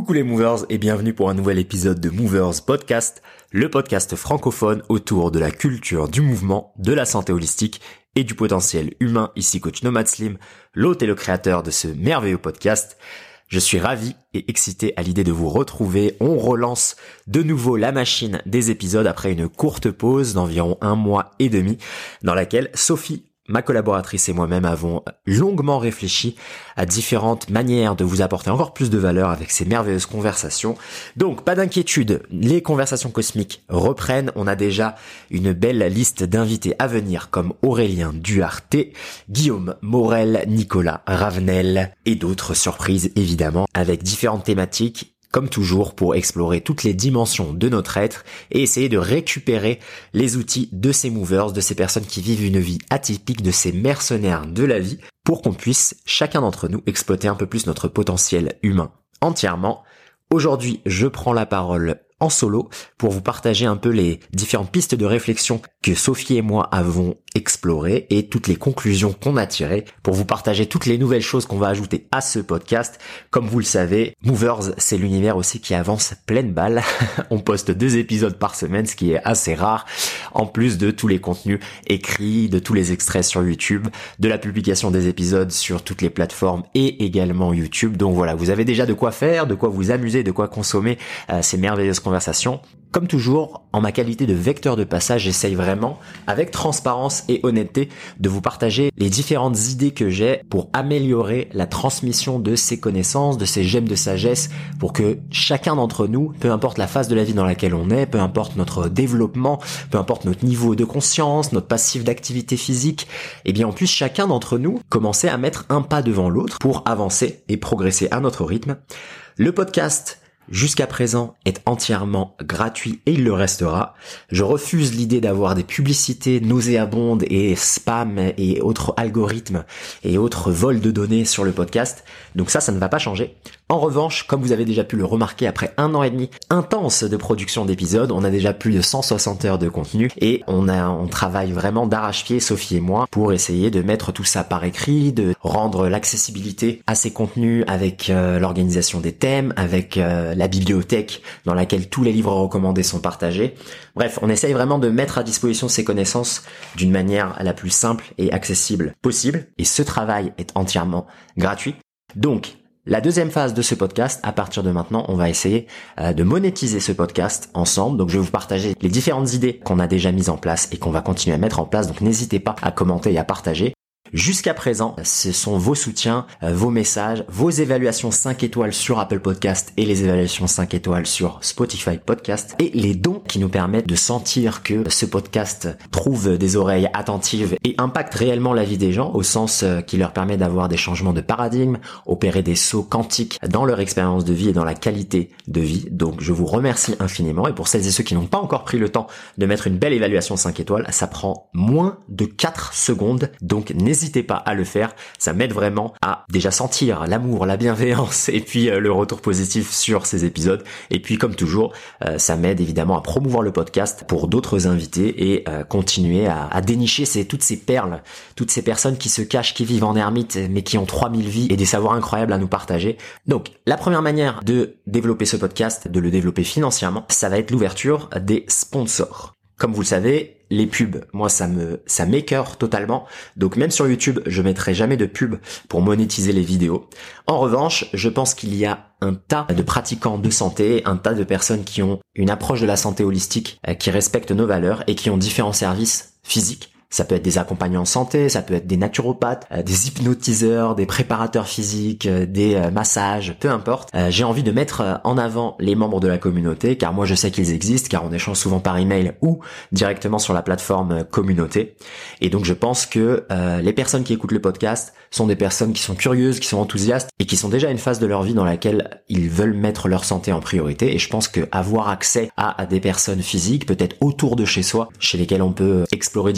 Coucou les movers et bienvenue pour un nouvel épisode de Movers Podcast, le podcast francophone autour de la culture du mouvement, de la santé holistique et du potentiel humain. Ici coach Nomad Slim, l'hôte et le créateur de ce merveilleux podcast. Je suis ravi et excité à l'idée de vous retrouver. On relance de nouveau la machine des épisodes après une courte pause d'environ 1 mois et demi dans laquelle Sophie, ma collaboratrice et moi-même avons longuement réfléchi à différentes manières de vous apporter encore plus de valeur avec ces merveilleuses conversations. Donc, pas d'inquiétude, les conversations cosmiques reprennent. On a déjà une belle liste d'invités à venir comme Aurélien Duarte, Guillaume Morel, Nicolas Ravenel et d'autres surprises évidemment avec différentes thématiques. Comme toujours, pour explorer toutes les dimensions de notre être et essayer de récupérer les outils de ces movers, de ces personnes qui vivent une vie atypique, de ces mercenaires de la vie, pour qu'on puisse, chacun d'entre nous, exploiter un peu plus notre potentiel humain entièrement. Aujourd'hui, je prends la parole en solo pour vous partager un peu les différentes pistes de réflexion que Sophie et moi avons explorées et toutes les conclusions qu'on a tirées pour vous partager toutes les nouvelles choses qu'on va ajouter à ce podcast. Comme vous le savez, Movers, c'est l'univers aussi qui avance pleine balle. On poste 2 épisodes par semaine, ce qui est assez rare, en plus de tous les contenus écrits, de tous les extraits sur YouTube, de la publication des épisodes sur toutes les plateformes et également YouTube. Donc voilà, vous avez déjà de quoi faire, de quoi vous amuser, de quoi consommer ces merveilleuses conversations. Comme toujours, en ma qualité de vecteur de passage, j'essaye vraiment, avec transparence et honnêteté, de vous partager les différentes idées que j'ai pour améliorer la transmission de ces connaissances, de ces gemmes de sagesse, pour que chacun d'entre nous, peu importe la phase de la vie dans laquelle on est, peu importe notre développement, peu importe notre niveau de conscience, notre passif d'activité physique, eh bien on puisse chacun d'entre nous commencer à mettre un pas devant l'autre pour avancer et progresser à notre rythme. Le podcast jusqu'à présent est entièrement gratuit et il le restera. Je refuse l'idée d'avoir des publicités nauséabondes et spam et autres algorithmes et autres vols de données sur le podcast. Donc ça ne va pas changer. En revanche, comme vous avez déjà pu le remarquer après 1 an et demi intense de production d'épisodes, on a déjà plus de 160 heures de contenu et on travaille vraiment d'arrache-pied, Sophie et moi, pour essayer de mettre tout ça par écrit, de rendre l'accessibilité à ces contenus avec l'organisation des thèmes, avec la bibliothèque dans laquelle tous les livres recommandés sont partagés. Bref, on essaye vraiment de mettre à disposition ces connaissances d'une manière la plus simple et accessible possible. Et ce travail est entièrement gratuit. Donc, la deuxième phase de ce podcast, à partir de maintenant, on va essayer de monétiser ce podcast ensemble. Donc je vais vous partager les différentes idées qu'on a déjà mises en place et qu'on va continuer à mettre en place. Donc n'hésitez pas à commenter et à partager. Jusqu'à présent, ce sont vos soutiens, vos messages, vos évaluations 5 étoiles sur Apple Podcast et les évaluations 5 étoiles sur Spotify Podcast et les dons qui nous permettent de sentir que ce podcast trouve des oreilles attentives et impacte réellement la vie des gens au sens qui leur permet d'avoir des changements de paradigme, opérer des sauts quantiques dans leur expérience de vie et dans la qualité de vie. Donc je vous remercie infiniment et pour celles et ceux qui n'ont pas encore pris le temps de mettre une belle évaluation 5 étoiles, ça prend moins de 4 secondes. Donc n'hésitez pas à le faire, ça m'aide vraiment à déjà sentir l'amour, la bienveillance et puis le retour positif sur ces épisodes. Et puis comme toujours, ça m'aide évidemment à promouvoir le podcast pour d'autres invités et continuer à dénicher toutes ces perles, toutes ces personnes qui se cachent, qui vivent en ermite mais qui ont 3000 vies et des savoirs incroyables à nous partager. Donc la première manière de développer ce podcast, de le développer financièrement, ça va être l'ouverture des sponsors. Comme vous le savez, les pubs, moi ça m'écœure totalement. Donc même sur YouTube, je mettrai jamais de pub pour monétiser les vidéos. En revanche, je pense qu'il y a un tas de pratiquants de santé, un tas de personnes qui ont une approche de la santé holistique, qui respectent nos valeurs et qui ont différents services physiques. Ça peut être des accompagnants en santé, ça peut être des naturopathes, des hypnotiseurs, des préparateurs physiques, des massages, peu importe. J'ai envie de mettre en avant les membres de la communauté, car moi je sais qu'ils existent, car on échange souvent par email ou directement sur la plateforme communauté. Et donc je pense que les personnes qui écoutent le podcast sont des personnes qui sont curieuses, qui sont enthousiastes et qui sont déjà à une phase de leur vie dans laquelle ils veulent mettre leur santé en priorité. Et je pense que avoir accès à des personnes physiques, peut-être autour de chez soi, chez lesquelles on peut explorer différents outils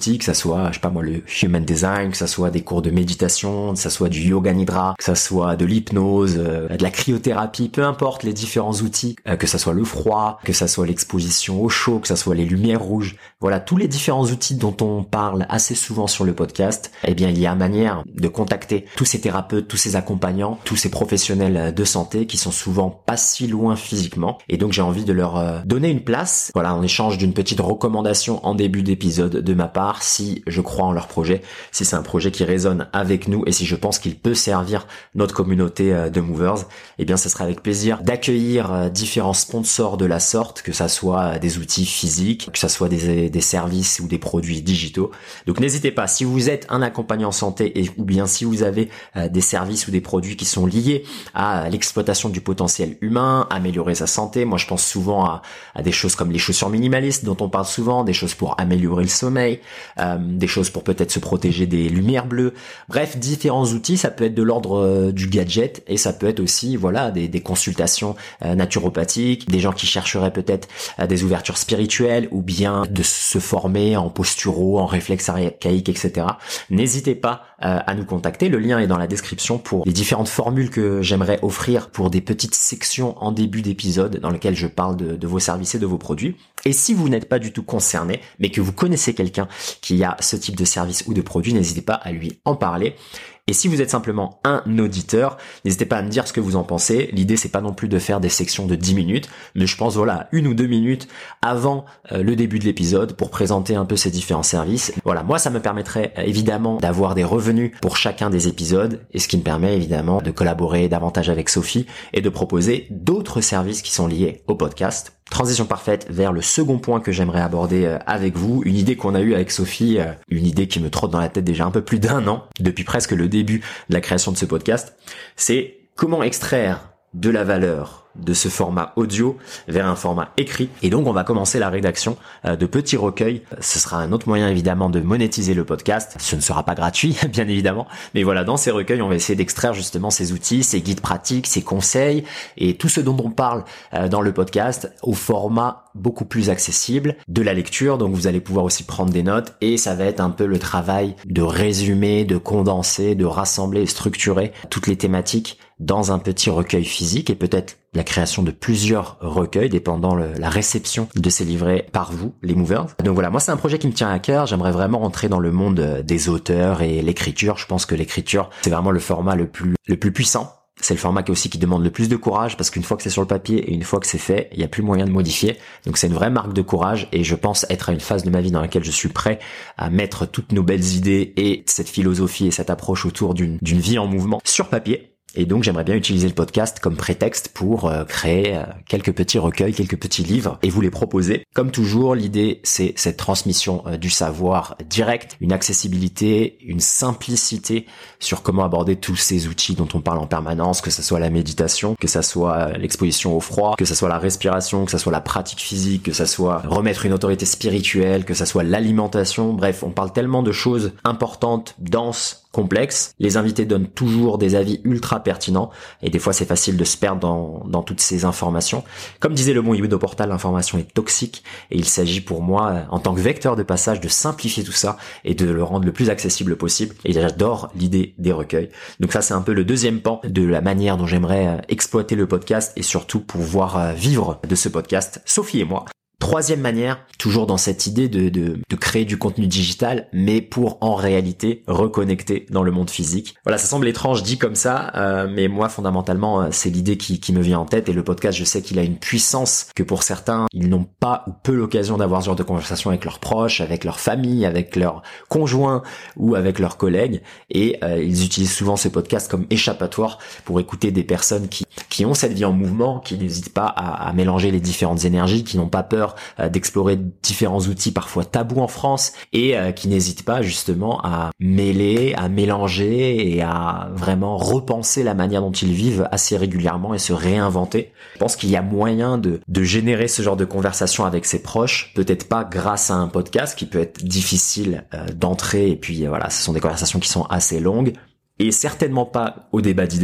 outils, que ça soit, je sais pas moi, le Human Design, que ça soit des cours de méditation, que ça soit du yoga nidra, que ça soit de l'hypnose, de la cryothérapie, peu importe les différents outils, que ça soit le froid, que ça soit l'exposition au chaud, que ça soit les lumières rouges, voilà, tous les différents outils dont on parle assez souvent sur le podcast, eh bien, il y a manière de contacter tous ces thérapeutes, tous ces accompagnants, tous ces professionnels de santé qui sont souvent pas si loin physiquement. Et donc, j'ai envie de leur donner une place, voilà, en échange d'une petite recommandation en début d'épisode de ma part, si je crois en leur projet, si c'est un projet qui résonne avec nous et si je pense qu'il peut servir notre communauté de movers, eh bien, ce sera avec plaisir d'accueillir différents sponsors de la sorte, que ça soit des outils physiques, que ça soit des services ou des produits digitaux. Donc n'hésitez pas, si vous êtes un accompagnant santé ou bien si vous avez des services ou des produits qui sont liés à l'exploitation du potentiel humain, améliorer sa santé. Moi je pense souvent à des choses comme les chaussures minimalistes dont on parle souvent, des choses pour améliorer le sommeil, des choses pour peut-être se protéger des lumières bleues. Bref, différents outils, ça peut être de l'ordre du gadget et ça peut être aussi voilà des consultations naturopathiques, des gens qui chercheraient peut-être des ouvertures spirituelles ou bien de se former en posturo, en réflexe archaïque, etc. N'hésitez pas à nous contacter. Le lien est dans la description pour les différentes formules que j'aimerais offrir pour des petites sections en début d'épisode dans lesquelles je parle de vos services et de vos produits. Et si vous n'êtes pas du tout concerné, mais que vous connaissez quelqu'un qui a ce type de service ou de produit, n'hésitez pas à lui en parler. Et si vous êtes simplement un auditeur, n'hésitez pas à me dire ce que vous en pensez. L'idée, c'est pas non plus de faire des sections de 10 minutes, mais je pense, voilà, 1 ou 2 minutes avant le début de l'épisode pour présenter un peu ces différents services. Voilà, moi, ça me permettrait évidemment d'avoir des revenus pour chacun des épisodes et ce qui me permet évidemment de collaborer davantage avec Sophie et de proposer d'autres services qui sont liés au podcast. Transition parfaite vers le second point que j'aimerais aborder avec vous, une idée qu'on a eue avec Sophie, une idée qui me trotte dans la tête déjà un peu plus d'1 an, depuis presque le début de la création de ce podcast, c'est comment extraire de la valeur de ce format audio vers un format écrit. Et donc, on va commencer la rédaction de petits recueils. Ce sera un autre moyen, évidemment, de monétiser le podcast. Ce ne sera pas gratuit, bien évidemment. Mais voilà, dans ces recueils, on va essayer d'extraire justement ces outils, ces guides pratiques, ces conseils et tout ce dont on parle dans le podcast au format beaucoup plus accessible de la lecture. Donc, vous allez pouvoir aussi prendre des notes et ça va être un peu le travail de résumer, de condenser, de rassembler et structurer toutes les thématiques dans un petit recueil physique et peut-être la création de plusieurs recueils dépendant la réception de ces livrets par vous, les movers. Donc voilà, moi c'est un projet qui me tient à cœur, j'aimerais vraiment rentrer dans le monde des auteurs et l'écriture. Je pense que l'écriture, c'est vraiment le format le plus puissant. C'est le format qui demande le plus de courage parce qu'une fois que c'est sur le papier et une fois que c'est fait, il n'y a plus moyen de modifier. Donc c'est une vraie marque de courage et je pense être à une phase de ma vie dans laquelle je suis prêt à mettre toutes nos belles idées et cette philosophie et cette approche autour d'une vie en mouvement sur papier. Et donc j'aimerais bien utiliser le podcast comme prétexte pour créer quelques petits recueils, quelques petits livres et vous les proposer. Comme toujours, l'idée c'est cette transmission du savoir direct, une accessibilité, une simplicité sur comment aborder tous ces outils dont on parle en permanence, que ce soit la méditation, que ce soit l'exposition au froid, que ce soit la respiration, que ce soit la pratique physique, que ce soit remettre une autorité spirituelle, que ce soit l'alimentation. Bref, on parle tellement de choses importantes, denses, complexes. Les invités donnent toujours des avis ultra pertinents et des fois c'est facile de se perdre dans toutes ces informations. Comme disait le bon Ido Portal, l'information est toxique et il s'agit pour moi en tant que vecteur de passage de simplifier tout ça et de le rendre le plus accessible possible et j'adore l'idée des recueils. Donc ça c'est un peu le deuxième pan de la manière dont j'aimerais exploiter le podcast et surtout pouvoir vivre de ce podcast, Sophie et moi. Troisième manière, toujours dans cette idée de créer du contenu digital, mais pour en réalité reconnecter dans le monde physique. Voilà, ça semble étrange dit comme ça, mais moi fondamentalement c'est l'idée qui me vient en tête et le podcast, je sais qu'il a une puissance que pour certains ils n'ont pas ou peu l'occasion d'avoir ce genre de conversation avec leurs proches, avec leur famille, avec leurs conjoints ou avec leurs collègues et ils utilisent souvent ce podcast comme échappatoire pour écouter des personnes qui ont cette vie en mouvement, qui n'hésitent pas à mélanger les différentes énergies, qui n'ont pas peur d'explorer différents outils parfois tabous en France et qui n'hésitent pas justement à mêler, à mélanger et à vraiment repenser la manière dont ils vivent assez régulièrement et se réinventer. Je pense qu'il y a moyen de générer ce genre de conversation avec ses proches, peut-être pas grâce à un podcast qui peut être difficile d'entrer et puis voilà, ce sont des conversations qui sont assez longues et certainement pas au débat d'idées.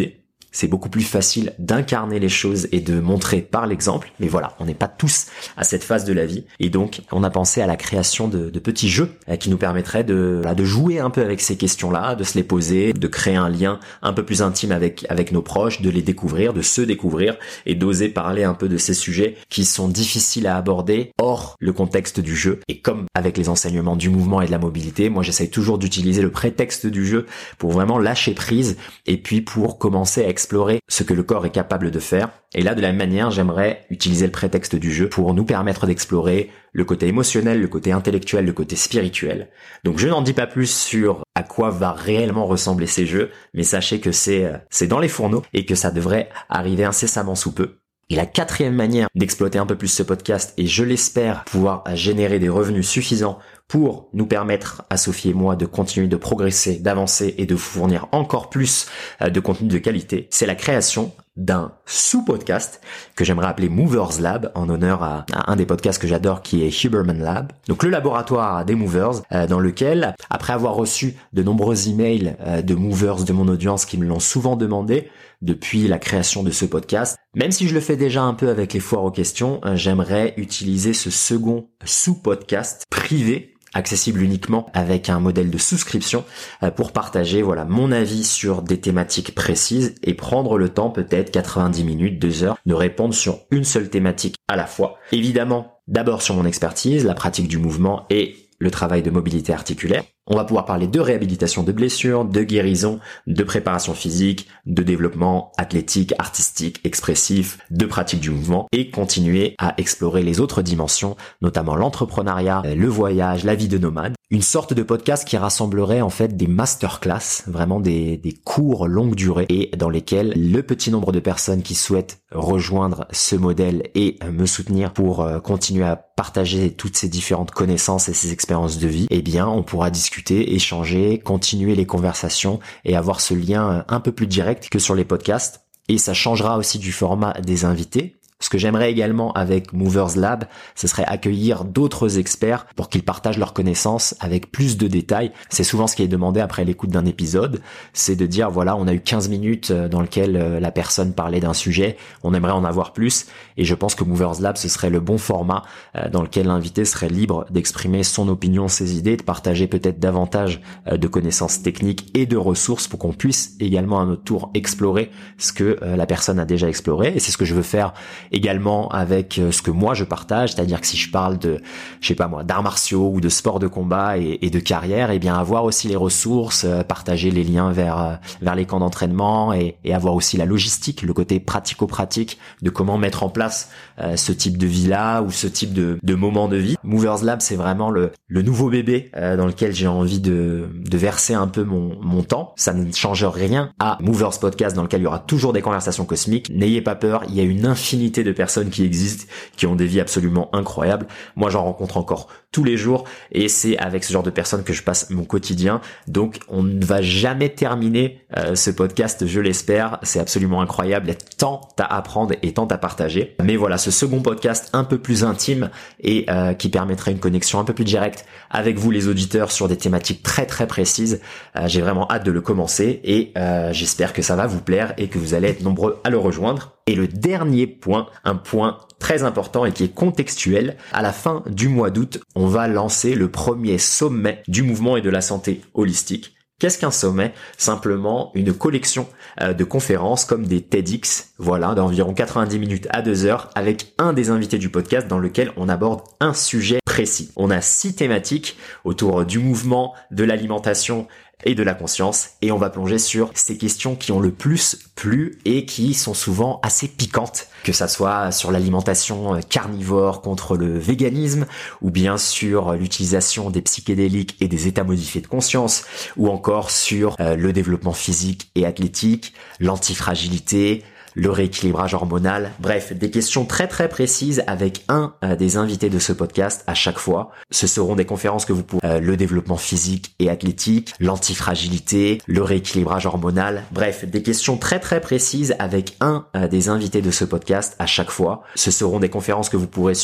c'est beaucoup plus facile d'incarner les choses et de montrer par l'exemple. Mais voilà, on n'est pas tous à cette phase de la vie. Et donc, on a pensé à la création de petits jeux qui nous permettraient de jouer un peu avec ces questions-là, de se les poser, de créer un lien un peu plus intime avec nos proches, de les découvrir, de se découvrir et d'oser parler un peu de ces sujets qui sont difficiles à aborder hors le contexte du jeu. Et comme avec les enseignements du mouvement et de la mobilité, moi j'essaye toujours d'utiliser le prétexte du jeu pour vraiment lâcher prise et puis pour commencer à explorer ce que le corps est capable de faire. Et là, de la même manière, j'aimerais utiliser le prétexte du jeu pour nous permettre d'explorer le côté émotionnel, le côté intellectuel, le côté spirituel. Donc je n'en dis pas plus sur à quoi va réellement ressembler ces jeux, mais sachez que c'est dans les fourneaux et que ça devrait arriver incessamment sous peu. Et la quatrième manière d'exploiter un peu plus ce podcast, et je l'espère pouvoir générer des revenus suffisants pour nous permettre à Sophie et moi de continuer de progresser, d'avancer et de vous fournir encore plus de contenu de qualité, c'est la création d'un sous-podcast que j'aimerais appeler Movers Lab en honneur à un des podcasts que j'adore qui est Huberman Lab. Donc le laboratoire des Movers dans lequel, après avoir reçu de nombreux emails de Movers de mon audience qui me l'ont souvent demandé depuis la création de ce podcast, même si je le fais déjà un peu avec les foires aux questions, j'aimerais utiliser ce second sous-podcast privé accessible uniquement avec un modèle de souscription pour partager mon avis sur des thématiques précises et prendre le temps, peut-être 90 minutes, 2 heures, de répondre sur une seule thématique à la fois. Évidemment, d'abord sur mon expertise, la pratique du mouvement et le travail de mobilité articulaire. On va pouvoir parler de réhabilitation de blessures, de guérison, de préparation physique, de développement athlétique, artistique, expressif, de pratique du mouvement et continuer à explorer les autres dimensions, notamment l'entrepreneuriat, le voyage, la vie de nomade. Une sorte de podcast qui rassemblerait en fait des masterclass, vraiment des cours longue durée et dans lesquels le petit nombre de personnes qui souhaitent rejoindre ce modèle et me soutenir pour continuer à partager toutes ces différentes connaissances et ces expériences de vie, eh bien on pourra discuter, échanger, continuer les conversations et avoir ce lien un peu plus direct que sur les podcasts. Et ça changera aussi du format des invités. Ce que j'aimerais également avec Movers Lab, ce serait accueillir d'autres experts pour qu'ils partagent leurs connaissances avec plus de détails. C'est souvent ce qui est demandé après l'écoute d'un épisode, c'est de dire on a eu 15 minutes dans lesquelles la personne parlait d'un sujet, on aimerait en avoir plus et je pense que Movers Lab ce serait le bon format dans lequel l'invité serait libre d'exprimer son opinion, ses idées, de partager peut-être davantage de connaissances techniques et de ressources pour qu'on puisse également à notre tour explorer ce que la personne a déjà exploré et c'est ce que je veux faire également avec ce que moi je partage, c'est-à-dire que si je parle de, d'arts martiaux ou de sport de combat et de carrière, eh bien avoir aussi les ressources, partager les liens vers les camps d'entraînement et avoir aussi la logistique, le côté pratico-pratique de comment mettre en place ce type de vie-là ou ce type de moment de vie. Movers Lab, c'est vraiment le nouveau bébé dans lequel j'ai envie de verser un peu mon temps. Ça ne change rien à Movers Podcast dans lequel il y aura toujours des conversations cosmiques. N'ayez pas peur, il y a une infinité de personnes qui existent, qui ont des vies absolument incroyables. Moi, j'en rencontre encore tous les jours et c'est avec ce genre de personnes que je passe mon quotidien. Donc, on ne va jamais terminer ce podcast, je l'espère. C'est absolument incroyable. Il y a tant à apprendre et tant à partager. Mais voilà, ce second podcast un peu plus intime et qui permettrait une connexion un peu plus directe avec vous, les auditeurs, sur des thématiques très très précises. J'ai vraiment hâte de le commencer et j'espère que ça va vous plaire et que vous allez être nombreux à le rejoindre. Et le dernier point, un point très important et qui est contextuel, à la fin du mois d'août, on va lancer le premier sommet du mouvement et de la santé holistique. Qu'est-ce qu'un sommet? Simplement une collection de conférences comme des TEDx, d'environ 90 minutes à 2 heures avec un des invités du podcast dans lequel on aborde un sujet précis. On a 6 thématiques autour du mouvement, de l'alimentation et de la conscience et on va plonger sur ces questions qui ont le plus plu et qui sont souvent assez piquantes, que ça soit sur l'alimentation carnivore contre le véganisme ou bien sur l'utilisation des psychédéliques et des états modifiés de conscience ou encore sur le développement physique et athlétique, l'antifragilité, le rééquilibrage hormonal, bref, des questions très très précises avec un des invités de ce podcast à chaque fois. Ce seront des conférences que vous pourrez, le développement physique et athlétique, l'antifragilité, le rééquilibrage hormonal, bref, des questions très très précises avec un des invités de ce podcast à chaque fois. Ce seront des conférences que vous pourrez suivre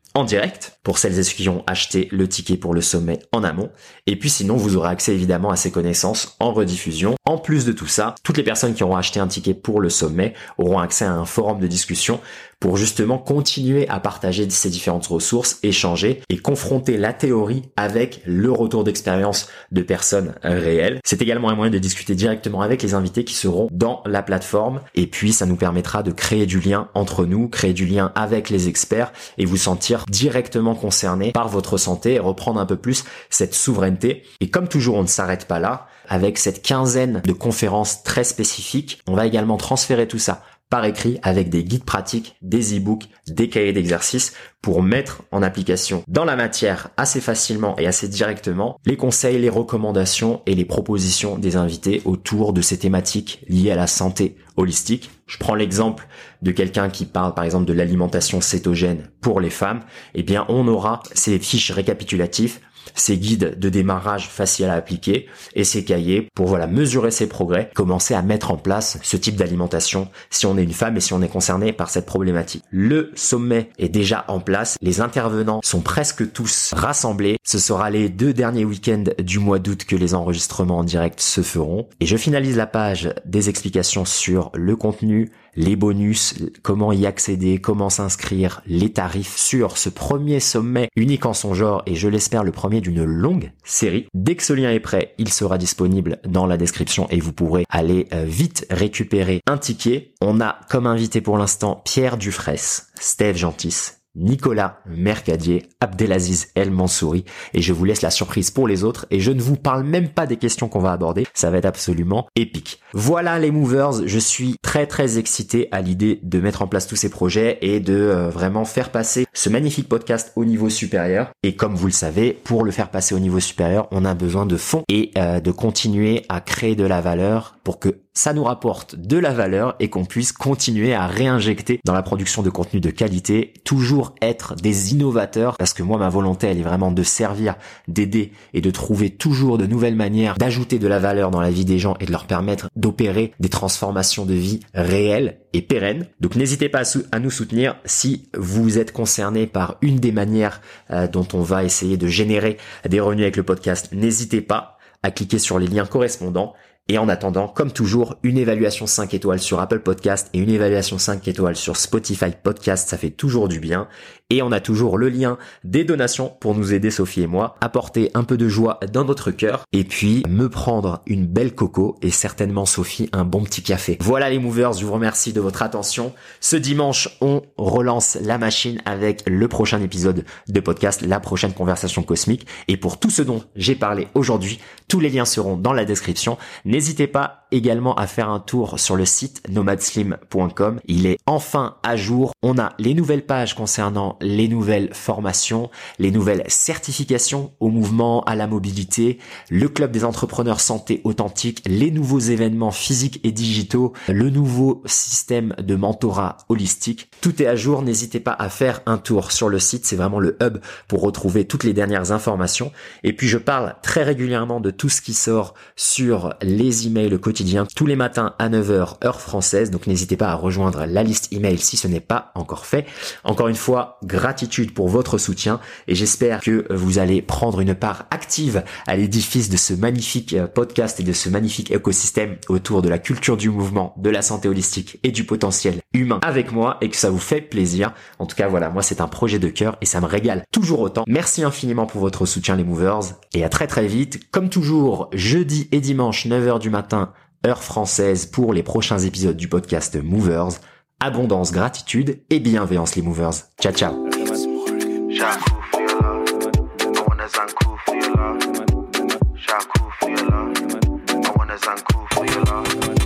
en direct pour celles et ceux qui ont acheté le ticket pour le sommet en amont. Et puis sinon, vous aurez accès évidemment à ces connaissances en rediffusion. En plus de tout ça, toutes les personnes qui auront acheté un ticket pour le sommet auront accès à un forum de discussion pour justement continuer à partager ces différentes ressources, échanger et confronter la théorie avec le retour d'expérience de personnes réelles. C'est également un moyen de discuter directement avec les invités qui seront dans la plateforme, et puis ça nous permettra de créer du lien entre nous, créer du lien avec les experts et vous sentir directement concerné par votre santé et reprendre un peu plus cette souveraineté. Et comme toujours, on ne s'arrête pas là. Avec cette quinzaine de conférences très spécifiques, on va également transférer tout ça par écrit avec des guides pratiques, des e-books, des cahiers d'exercices pour mettre en application dans la matière assez facilement et assez directement les conseils, les recommandations et les propositions des invités autour de ces thématiques liées à la santé holistique. Je prends l'exemple de quelqu'un qui parle par exemple de l'alimentation cétogène pour les femmes. Eh bien, on aura ces fiches récapitulatives, ces guides de démarrage faciles à appliquer et ces cahiers pour mesurer ses progrès, commencer à mettre en place ce type d'alimentation si on est une femme et si on est concerné par cette problématique. Le sommet est déjà en place, les intervenants sont presque tous rassemblés. Ce sera les 2 derniers week-ends du mois d'août que les enregistrements en direct se feront. Et je finalise la page des explications sur le contenu, les bonus, comment y accéder, comment s'inscrire, les tarifs sur ce premier sommet unique en son genre et je l'espère le premier d'une longue série. Dès que ce lien est prêt, il sera disponible dans la description et vous pourrez aller vite récupérer un ticket. On a comme invité pour l'instant Pierre Dufraisse, Steve Gentis, Nicolas Mercadier, Abdelaziz El Mansouri et je vous laisse la surprise pour les autres et je ne vous parle même pas des questions qu'on va aborder, ça va être absolument épique. Voilà les movers, je suis très excité à l'idée de mettre en place tous ces projets et de vraiment faire passer ce magnifique podcast au niveau supérieur et comme vous le savez, pour le faire passer au niveau supérieur, on a besoin de fonds et de continuer à créer de la valeur pour que ça nous rapporte de la valeur et qu'on puisse continuer à réinjecter dans la production de contenu de qualité, toujours être des innovateurs parce que moi ma volonté elle est vraiment de servir, d'aider et de trouver toujours de nouvelles manières d'ajouter de la valeur dans la vie des gens et de leur permettre d'opérer des transformations de vie réelles et pérennes. Donc n'hésitez pas à nous soutenir si vous êtes concerné par une des manières dont on va essayer de générer des revenus avec le podcast. N'hésitez pas à cliquer sur les liens correspondants. Et en attendant, comme toujours, une évaluation 5 étoiles sur Apple Podcast et une évaluation 5 étoiles sur Spotify Podcast, ça fait toujours du bien. Et on a toujours le lien des donations pour nous aider, Sophie et moi, apporter un peu de joie dans notre cœur et puis me prendre une belle coco et certainement, Sophie, un bon petit café. Voilà les movers, je vous remercie de votre attention. Ce dimanche, on relance la machine avec le prochain épisode de podcast, la prochaine conversation cosmique. Et pour tout ce dont j'ai parlé aujourd'hui, tous les liens seront dans la description. N'hésitez pas également à faire un tour sur le site nomadslim.com. Il est enfin à jour. On a les nouvelles pages concernant les nouvelles formations, les nouvelles certifications au mouvement, à la mobilité, le club des entrepreneurs santé authentique, les nouveaux événements physiques et digitaux, le nouveau système de mentorat holistique. Tout est à jour. N'hésitez pas à faire un tour sur le site. C'est vraiment le hub pour retrouver toutes les dernières informations. Et puis je parle très régulièrement de tout ce qui sort sur les emails quotidiens tous les matins à 9h heure française. Donc n'hésitez pas à rejoindre la liste email si ce n'est pas encore fait. Encore une fois, gratitude pour votre soutien et j'espère que vous allez prendre une part active à l'édifice de ce magnifique podcast et de ce magnifique écosystème autour de la culture du mouvement, de la santé holistique et du potentiel humain avec moi et que ça vous fait plaisir. En tout cas, voilà, moi c'est un projet de cœur et ça me régale toujours autant. Merci infiniment pour votre soutien les movers et à très vite. Comme toujours, jeudi et dimanche 9h du matin, heure française pour les prochains épisodes du podcast Movers. Abondance, gratitude et bienveillance les movers. Ciao, ciao. I wanna